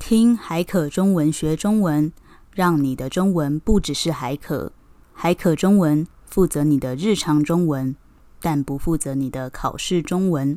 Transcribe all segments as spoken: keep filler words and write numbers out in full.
听海可中文学中文，让你的中文不只是海可。海可中文负责你的日常中文，但不负责你的考试中文。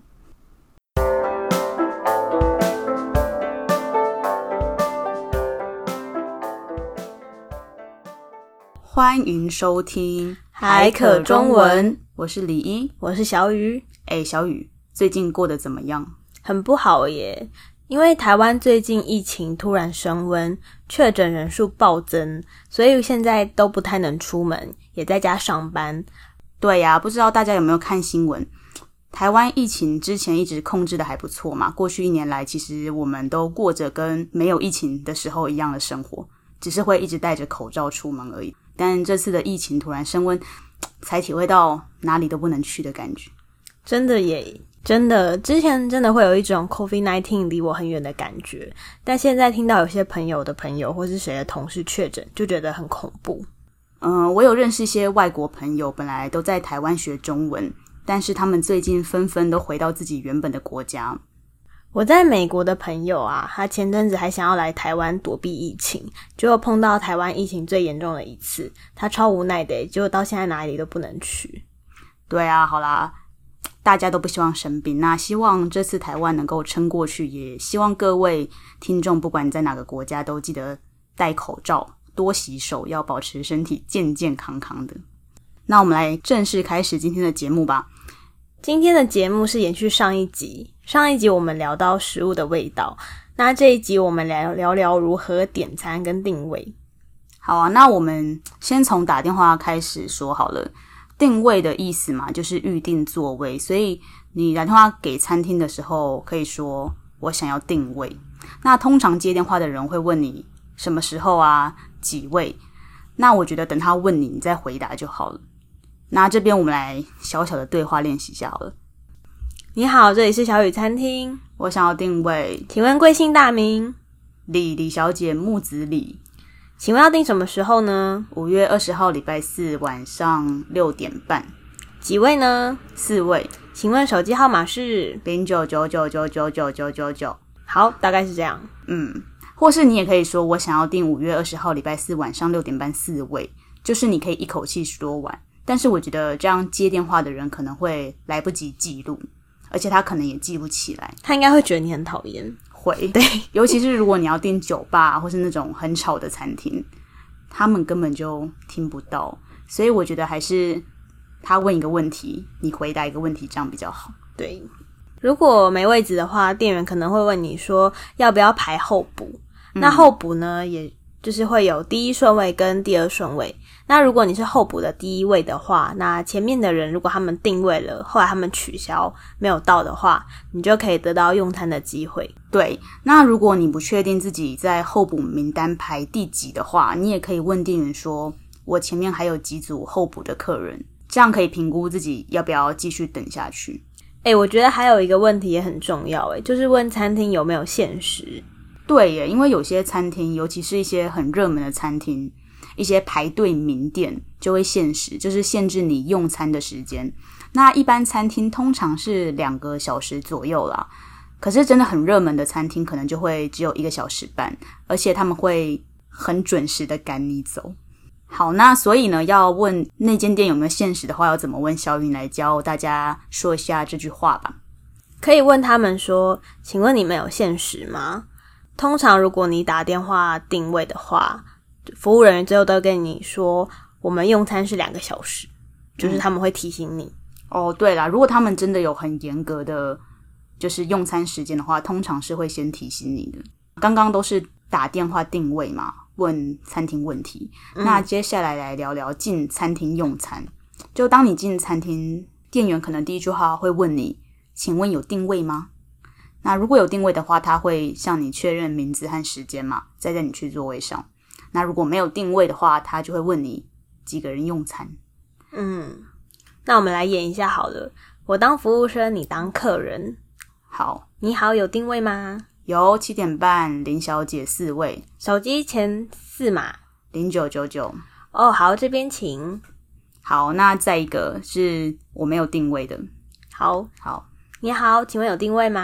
欢迎收听海可中文， 我是李一， 我是小雨。 诶，小雨，最近过得怎么样？ 很不好耶，因为台湾最近疫情突然升温，确诊人数暴增，所以现在都不太能出门，也在家上班。 对呀，不知道大家有没有看新闻？台湾疫情之前一直控制的还不错嘛，过去一年来，其实我们都过着跟没有疫情的时候一样的生活，只是会一直戴着口罩出门而已。但这次的疫情突然升温，才体会到哪里都不能去的感觉。 真的耶，真的，之前真的会有一种 COVID 十九 离我很远的感觉，但现在听到有些朋友的朋友或是谁的同事确诊，就觉得很恐怖。 嗯、呃，我有认识一些外国朋友，本来都在台湾学中文，但是他们最近纷纷都回到自己原本的国家。 我在美国的朋友啊，他前阵子还想要来台湾躲避疫情，结果碰到台湾疫情最严重的一次，他超无奈的，结果到现在哪里都不能去。 对啊，好啦，大家都不希望生病，那希望这次台湾能够撑过去，也希望各位听众不管你在哪个国家都记得戴口罩，多洗手，要保持身体健健康康的。那我们来正式开始今天的节目吧。 今天的节目是延续上一集，上一集我们聊到食物的味道，那这一集我们来聊聊如何点餐跟定位。 好啊，那我们先从打电话开始说好了。定位的意思嘛，就是预定座位，所以你打电话给餐厅的时候可以说我想要定位。那通常接电话的人会问你什么时候啊，几位，那我觉得等他问你你再回答就好了。那这边我们来小小的对话练习一下好了。 你好，这里是小雨餐厅， 我想要定位。 请问贵姓大名？ 李李小姐，木子李。 请问要定什么时候呢？ 五月二十号礼拜四晚上六点半。 几位呢？ 四位。 请问手机号码是零九九九九九九九九九。 好，大概是这样。 嗯，或是你也可以说我想要定五月二十号礼拜四晚上六点半四位，就是你可以一口气说完。但是我觉得这样接电话的人可能会来不及记录，而且他可能也记不起来。 他应该会觉得你很讨厌。 会，对，尤其是如果你要订酒吧或是那种很吵的餐厅，他们根本就听不到。所以我觉得还是他问一个问题，你回答一个问题，这样比较好。 对，如果没位置的话，店员可能会问你说要不要排候补。嗯、那候补呢，也就是会有第一顺位跟第二顺位。那如果你是候补的第一位的话，那前面的人如果他们定位了，后来他们取消没有到的话，你就可以得到用餐的机会。 对，那如果你不确定自己在候补名单排第几的话，你也可以问店员说我前面还有几组候补的客人，这样可以评估自己要不要继续等下去。 诶，我觉得还有一个问题也很重要，诶，就是问餐厅有没有限时。 对耶，因为有些餐厅，尤其是一些很热门的餐厅，一些排队名店就会限时，就是限制你用餐的时间。那一般餐厅通常是两个小时左右啦，可是真的很热门的餐厅可能就会只有一个小时半，而且他们会很准时的赶你走。好，那所以呢，要问那间店有没有限时的话，要怎么问？小云来教大家说一下这句话吧。 可以问他们说，请问你们有限时吗？通常如果你打电话定位的话，服务人员最后都跟你说我们用餐是两个小时，就是他们会提醒你。 哦，对啦，如果他们真的有很严格的就是用餐时间的话，通常是会先提醒你的。刚刚都是打电话定位嘛，问餐厅问题、嗯、那接下来来聊聊进餐厅用餐。就当你进餐厅，店员可能第一句话会问你，请问有定位吗？那如果有定位的话，他会向你确认名字和时间嘛，再带你去座位上。那如果没有定位的话，他就会问你几个人用餐。 嗯，那我们来演一下好了，我当服务生，你当客人。 好， 你好，有定位吗？ 有，七点半，林小姐四位， 手机前四码零九九九。 哦，好，这边请。 好，那再一个是我没有定位的。 好， 好， 你好，请问有定位吗？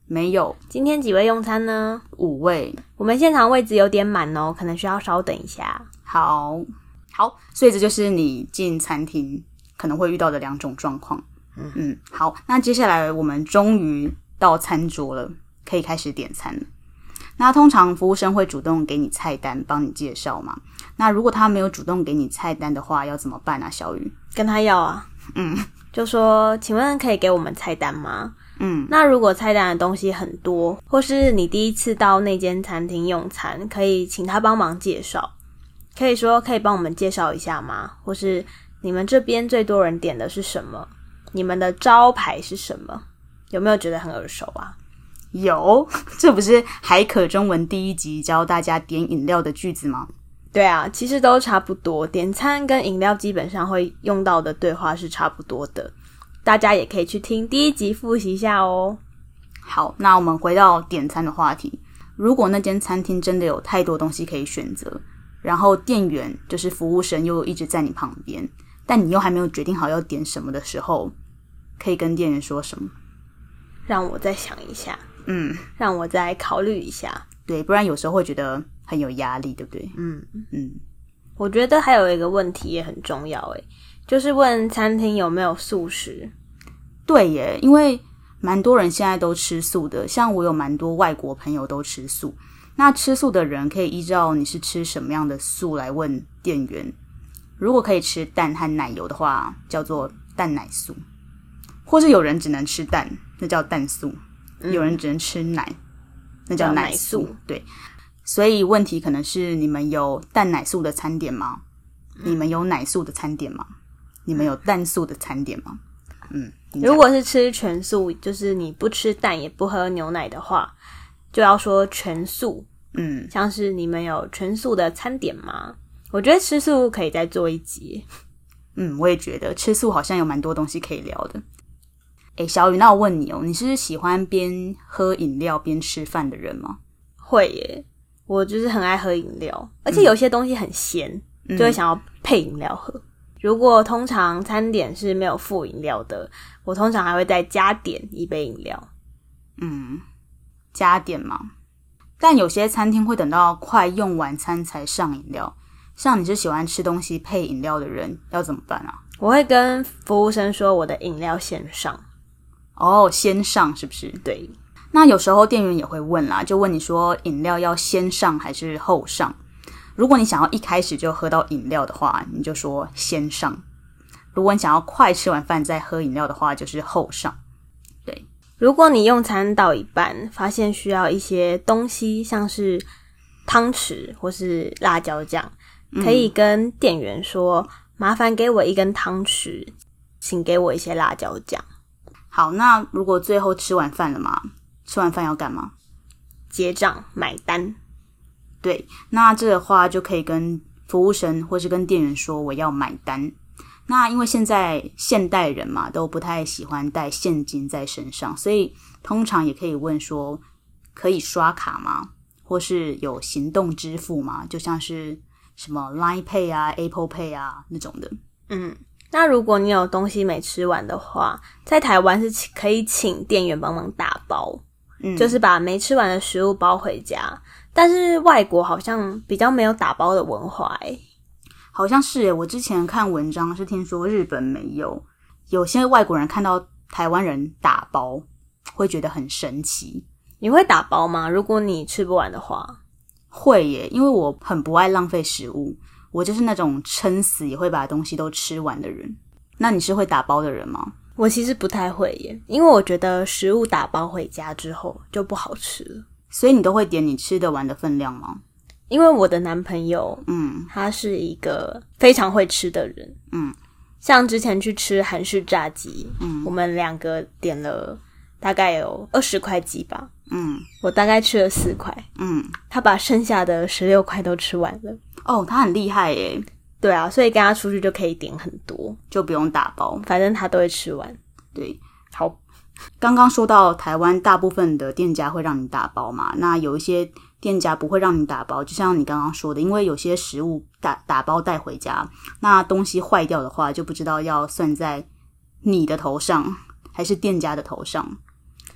没有。 今天几位用餐呢？ 五位。 我们现场位置有点满哦，可能需要稍等一下。 好，好，所以这就是你进餐厅可能会遇到的两种状况。嗯嗯，好，那接下来我们终于到餐桌了，可以开始点餐了。那通常服务生会主动给你菜单，帮你介绍嘛。那如果他没有主动给你菜单的话，要怎么办啊？小雨跟他要啊，嗯，就说请问可以给我们菜单吗？嗯，那如果菜单的东西很多，或是你第一次到那间餐厅用餐，可以请他帮忙介绍，可以说可以帮我们介绍一下吗？或是你们这边最多人点的是什么？你们的招牌是什么？有没有觉得很耳熟啊？ 有，这不是海可中文第一集教大家点饮料的句子吗？ 对啊，其实都差不多，点餐跟饮料基本上会用到的对话是差不多的，大家也可以去听第一集复习一下哦。 好，那我们回到点餐的话题。如果那间餐厅真的有太多东西可以选择，然后店员就是服务生又一直在你旁边，但你又还没有决定好要点什么的时候，可以跟店员说什么？ 让我再想一下。 嗯， 让我再考虑一下。 对，不然有时候会觉得很有压力，对不对？ 嗯嗯，我觉得还有一个问题也很重要诶，就是问餐厅有没有素食。 对耶，因为蛮多人现在都吃素的，像我有蛮多外国朋友都吃素。那吃素的人可以依照你是吃什么样的素来问店员。如果可以吃蛋和奶油的话，叫做蛋奶素，或是有人只能吃蛋，那叫蛋素。有人只能吃奶，那叫奶素。奶素对，所以问题可能是你们有蛋奶素的餐点吗？嗯、你们有奶素的餐点吗？你们有蛋素的餐点吗？嗯， 如果是吃全素，就是你不吃蛋也不喝牛奶的话，就要说全素。嗯，像是你们有全素的餐点吗？我觉得吃素可以再做一集。 嗯，我也觉得吃素好像有蛮多东西可以聊的。诶，小雨，那我问你哦，你是喜欢边喝饮料边吃饭的人吗？ 会耶，我就是很爱喝饮料，而且有些东西很咸，嗯、就会想要配饮料喝。如果通常餐点是没有附饮料的，我通常还会再加点一杯饮料。 嗯，加点嘛。但有些餐厅会等到快用完餐才上饮料，像你是喜欢吃东西配饮料的人，要怎么办啊？ 我会跟服务生说我的饮料先上。 哦，先上是不是？ 对。 那有时候店员也会问啦，就问你说饮料要先上还是后上。如果你想要一开始就喝到饮料的话，你就说先上。如果你想要快吃完饭再喝饮料的话，就是后上。对。 如果你用餐到一半，发现需要一些东西，像是汤匙或是辣椒酱，可以跟店员说、嗯、麻烦给我一根汤匙，请给我一些辣椒酱。 好，那如果最后吃完饭了嘛，吃完饭要干嘛？ 结账买单。 对，那这个话就可以跟服务生或是跟店员说我要买单。那因为现在现代人嘛，都不太喜欢带现金在身上，所以通常也可以问说可以刷卡吗？或是有行动支付吗？就像是什么 Line Pay 啊 Apple Pay 啊那种的。嗯， 那如果你有东西没吃完的话，在台湾是可以请店员帮忙打包、嗯、就是把没吃完的食物包回家。但是外国好像比较没有打包的文化诶。 好像是耶，我之前看文章是听说日本没有，有些外国人看到台湾人打包会觉得很神奇。 你会打包吗？如果你吃不完的话。 会耶，因为我很不爱浪费食物，我就是那种撑死也会把东西都吃完的人。那你是会打包的人吗？ 我其实不太会耶，因为我觉得食物打包回家之后就不好吃了。 所以你都会点你吃得完的分量吗？ 因为我的男朋友嗯，他是一个非常会吃的人。嗯，像之前去吃韩式炸鸡，嗯，我们两个点了大概有二十块鸡吧。嗯，我大概吃了四块。嗯，他把剩下的十六块都吃完了。 哦，他很厉害耶。 对啊，所以跟他出去就可以点很多， 就不用打包， 反正他都会吃完。 对，好。刚刚说到台湾大部分的店家会让你打包嘛，那有一些店家不会让你打包，就像你刚刚说的，因为有些食物打打包带回家，那东西坏掉的话就不知道要算在你的头上还是店家的头上。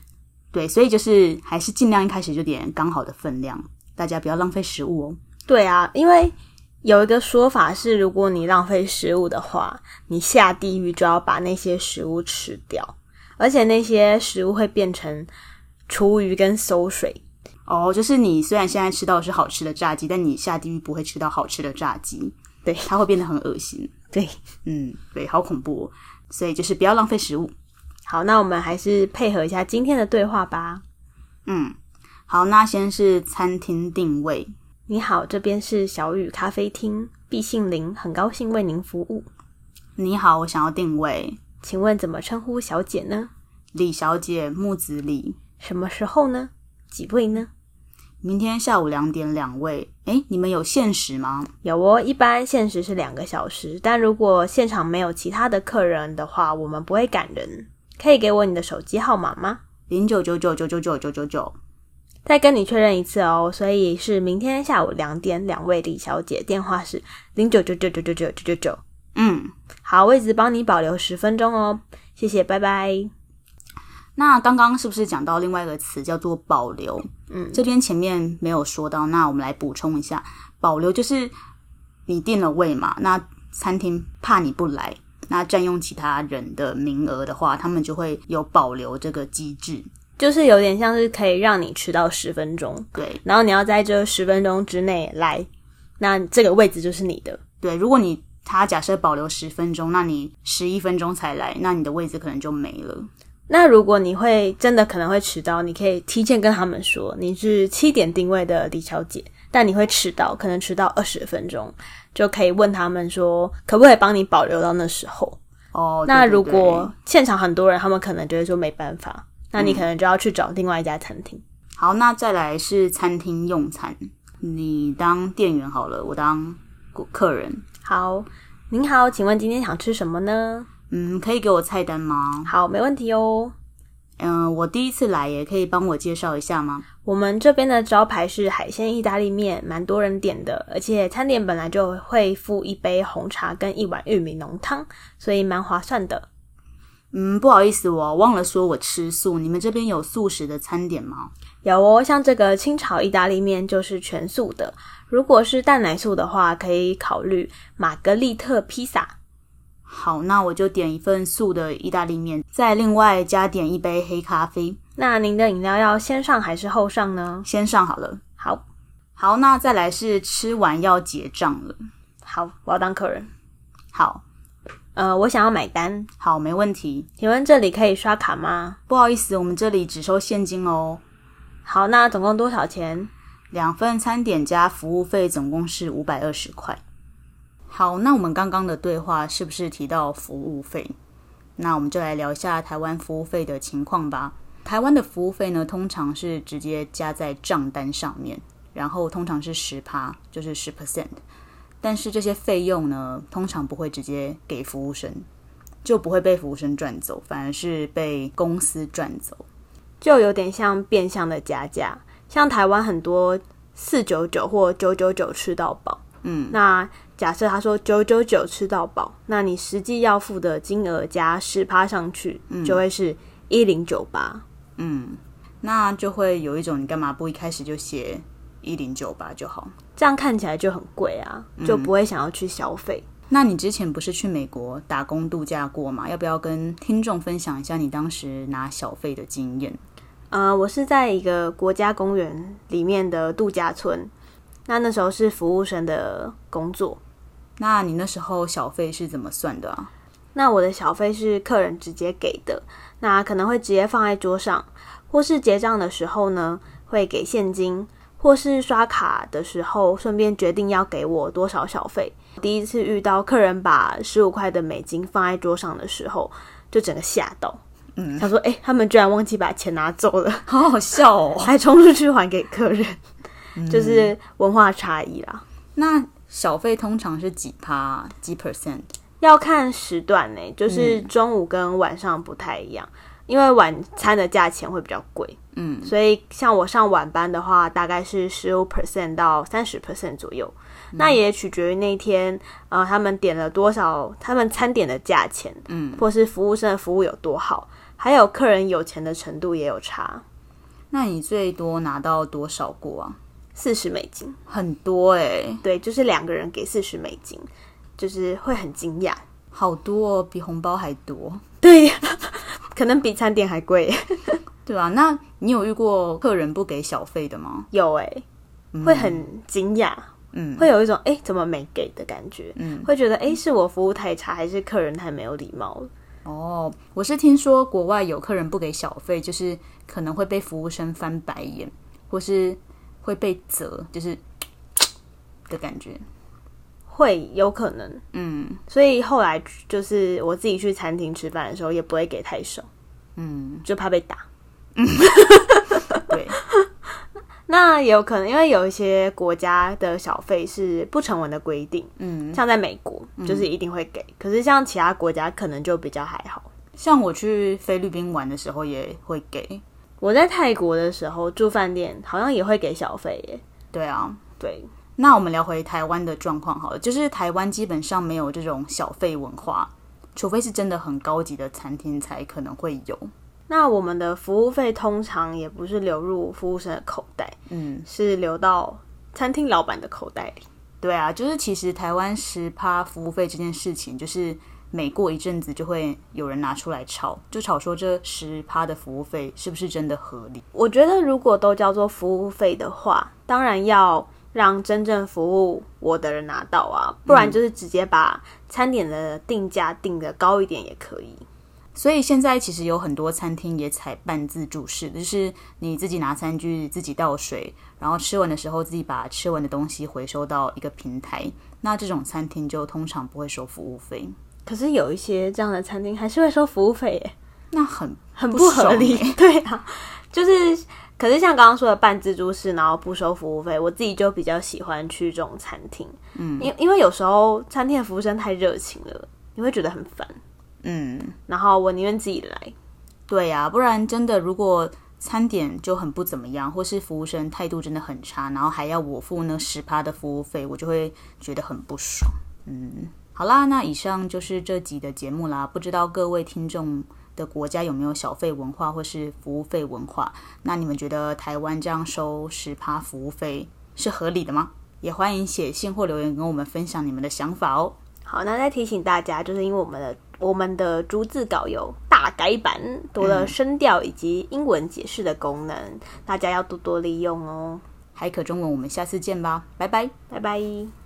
对，所以就是还是尽量一开始就点刚好的分量，大家不要浪费食物哦。 对啊，因为有一个说法是，如果你浪费食物的话，你下地狱就要把那些食物吃掉，而且那些食物会变成厨余跟馊水。 哦，就是你虽然现在吃到的是好吃的炸鸡，但你下地狱不会吃到好吃的炸鸡， 对， 它会变得很恶心。 对， 嗯，对，好恐怖哦。所以就是不要浪费食物。 好，那我们还是配合一下今天的对话吧。 嗯，好，那先是餐厅定位。 你好，这边是小雨咖啡厅，敝姓林，很高兴为您服务。 你好，我想要定位。 请问怎么称呼小姐呢？ 李小姐，木子李。 什么时候呢？几位呢？ 明天下午两点两位。诶，你们有限时吗？ 有哦，一般限时是两个小时，但如果现场没有其他的客人的话，我们不会赶人。可以给我你的手机号码吗？ 零九九九九九九九九九。 再跟你确认一次哦，所以是明天下午两点，两位李小姐，电话是零九九九九九九九九九。 嗯， 好，位置帮你保留十分钟哦，谢谢，拜拜。 那刚刚是不是讲到另外一个词叫做保留？嗯，这边前面没有说到，那我们来补充一下。保留就是你定了位嘛，那餐厅怕你不来，那占用其他人的名额的话，他们就会有保留这个机制， 就是有点像是可以让你迟到十分钟， 对， 然后你要在这十分钟之内来，那这个位置就是你的。 对，如果你他假设保留十分钟，那你十一分钟才来，那你的位置可能就没了。 那如果你会真的可能会迟到，你可以提前跟他们说你是七点定位的李小姐，但你会迟到，可能迟到二十分钟，就可以问他们说可不可以帮你保留到那时候。 哦， 那如对对对， 果现场很多人，他们可能就会说没办法，那你可能就要去找另外一家餐厅。 好，那再来是餐厅用餐，你当店员好了，我当客人。 好，您好，请问今天想吃什么呢？ 嗯，可以给我菜单吗？ 好，没问题哦。 嗯、呃，我第一次来耶，可以帮我介绍一下吗？ 我们这边的招牌是海鲜意大利面，蛮多人点的，而且餐点本来就会附一杯红茶跟一碗玉米浓汤，所以蛮划算的。 嗯，不好意思，我忘了说我吃素，你们这边有素食的餐点吗？ 有哦，像这个清炒意大利面就是全素的，如果是蛋奶素的话，可以考虑玛格丽特披萨。 好，那我就点一份素的意大利面，再另外加点一杯黑咖啡。 那您的饮料要先上还是后上呢？ 先上好了。 好， 好，那再来是吃完要结账了。 好，我要当客人。 好， 呃，我想要买单。 好，没问题。 请问这里可以刷卡吗？ 不好意思，我们这里只收现金哦。 好，那总共多少钱？ 两份餐点加服务费总共是五百二十块。好，那我们刚刚的对话是不是提到服务费？那我们就来聊一下台湾服务费的情况吧。台湾的服务费呢，通常是直接加在账单上面，然后通常是 百分之十， 就是 百分之十。但是这些费用呢，通常不会直接给服务生，就不会被服务生赚走，反而是被公司赚走， 就有点像变相的加价。像台湾很多四百九十九或九百九十九吃到饱，嗯，那假设他说九百九十九吃到饱，那你实际要付的金额加 百分之十 上去，嗯，就会是一零九八。 嗯，那就会有一种你干嘛不一开始就写一零九八就好， 这样看起来就很贵啊，就不会想要去消费。 嗯，那你之前不是去美国打工度假过吗？要不要跟听众分享一下你当时拿小费的经验？ 呃，我是在一个国家公园里面的度假村，那那时候是服务生的工作。 那你那时候小费是怎么算的啊？ 那我的小费是客人直接给的，那可能会直接放在桌上，或是结账的时候呢，会给现金，或是刷卡的时候顺便决定要给我多少小费。第一次遇到客人把十五块的美金放在桌上的时候，就整个吓到。嗯，他说：“哎、欸，他们居然忘记把钱拿走了， 好好笑哦！” 还冲出去还给客人，嗯、就是文化差异啦。 那小费通常是几趴、几 percent？ 要看时段呢、欸，就是中午跟晚上不太一样，嗯、因为晚餐的价钱会比较贵。嗯，所以像我上晚班的话，大概是 百分之十五 到 百分之三十 左右。嗯、那也取决于那天呃他们点了多少，他们餐点的价钱，嗯，或是服务生的服务有多好，还有客人有钱的程度也有差。 那你最多拿到多少过啊？ 四十美金， 很多欸。 对，就是两个人给四十美金，就是会很惊讶。 好多哦，比红包还多。 对，可能比餐点还贵。 对啊，那你有遇过客人不给小费的吗？ 有欸，会很惊讶。嗯，会有一种哎、欸、怎么没给的感觉。嗯，会觉得哎、欸、是我服务太差，还是客人太没有礼貌了？ 哦，我是听说国外有客人不给小费，就是可能会被服务生翻白眼，或是会被责，就是的感觉。 会有可能。嗯，所以后来就是我自己去餐厅吃饭的时候，也不会给太少。嗯，就怕被打。嗯， 对。 那也有可能，因为有一些国家的小费是不成文的规定，嗯，像在美国就是一定会给，嗯、可是像其他国家可能就比较还好。 像我去菲律宾玩的时候也会给， 我在泰国的时候住饭店好像也会给小费耶。 对啊， 对。 那我们聊回台湾的状况好了，就是台湾基本上没有这种小费文化，除非是真的很高级的餐厅才可能会有。 那我们的服务费通常也不是流入服务生的口袋，嗯，是流到餐厅老板的口袋里。 对啊，就是其实台湾 百分之十 服务费这件事情，就是每过一阵子就会有人拿出来吵，就吵说这 百分之十 的服务费是不是真的合理。 我觉得如果都叫做服务费的话，当然要让真正服务我的人拿到啊，不然就是直接把餐点的定价定得高一点也可以。 所以现在其实有很多餐厅也采半自助式，就是你自己拿餐具自己倒水，然后吃完的时候自己把吃完的东西回收到一个平台，那这种餐厅就通常不会收服务费。 可是有一些这样的餐厅还是会收服务费耶， 那很很不合理。对啊，就是可是像刚刚说的半自助式然后不收服务费，我自己就比较喜欢去这种餐厅。嗯，因因为有时候餐厅的服务生太热情了，你会觉得很烦。嗯，然后我宁愿自己来。 对啊，不然真的如果餐点就很不怎么样，或是服务生态度真的很差，然后还要我付那 百分之十 的服务费，我就会觉得很不爽。嗯，好啦，那以上就是这集的节目啦。不知道各位听众的国家有没有小费文化或是服务费文化？那你们觉得台湾这样收 百分之十 服务费是合理的吗？也欢迎写信或留言跟我们分享你们的想法哦。 好，那再提醒大家，就是因为我们的我们的逐字稿有大改版，多了声调以及英文解释的功能，嗯、大家要多多利用哦。 海可中文，我们下次见吧，拜拜， 拜拜。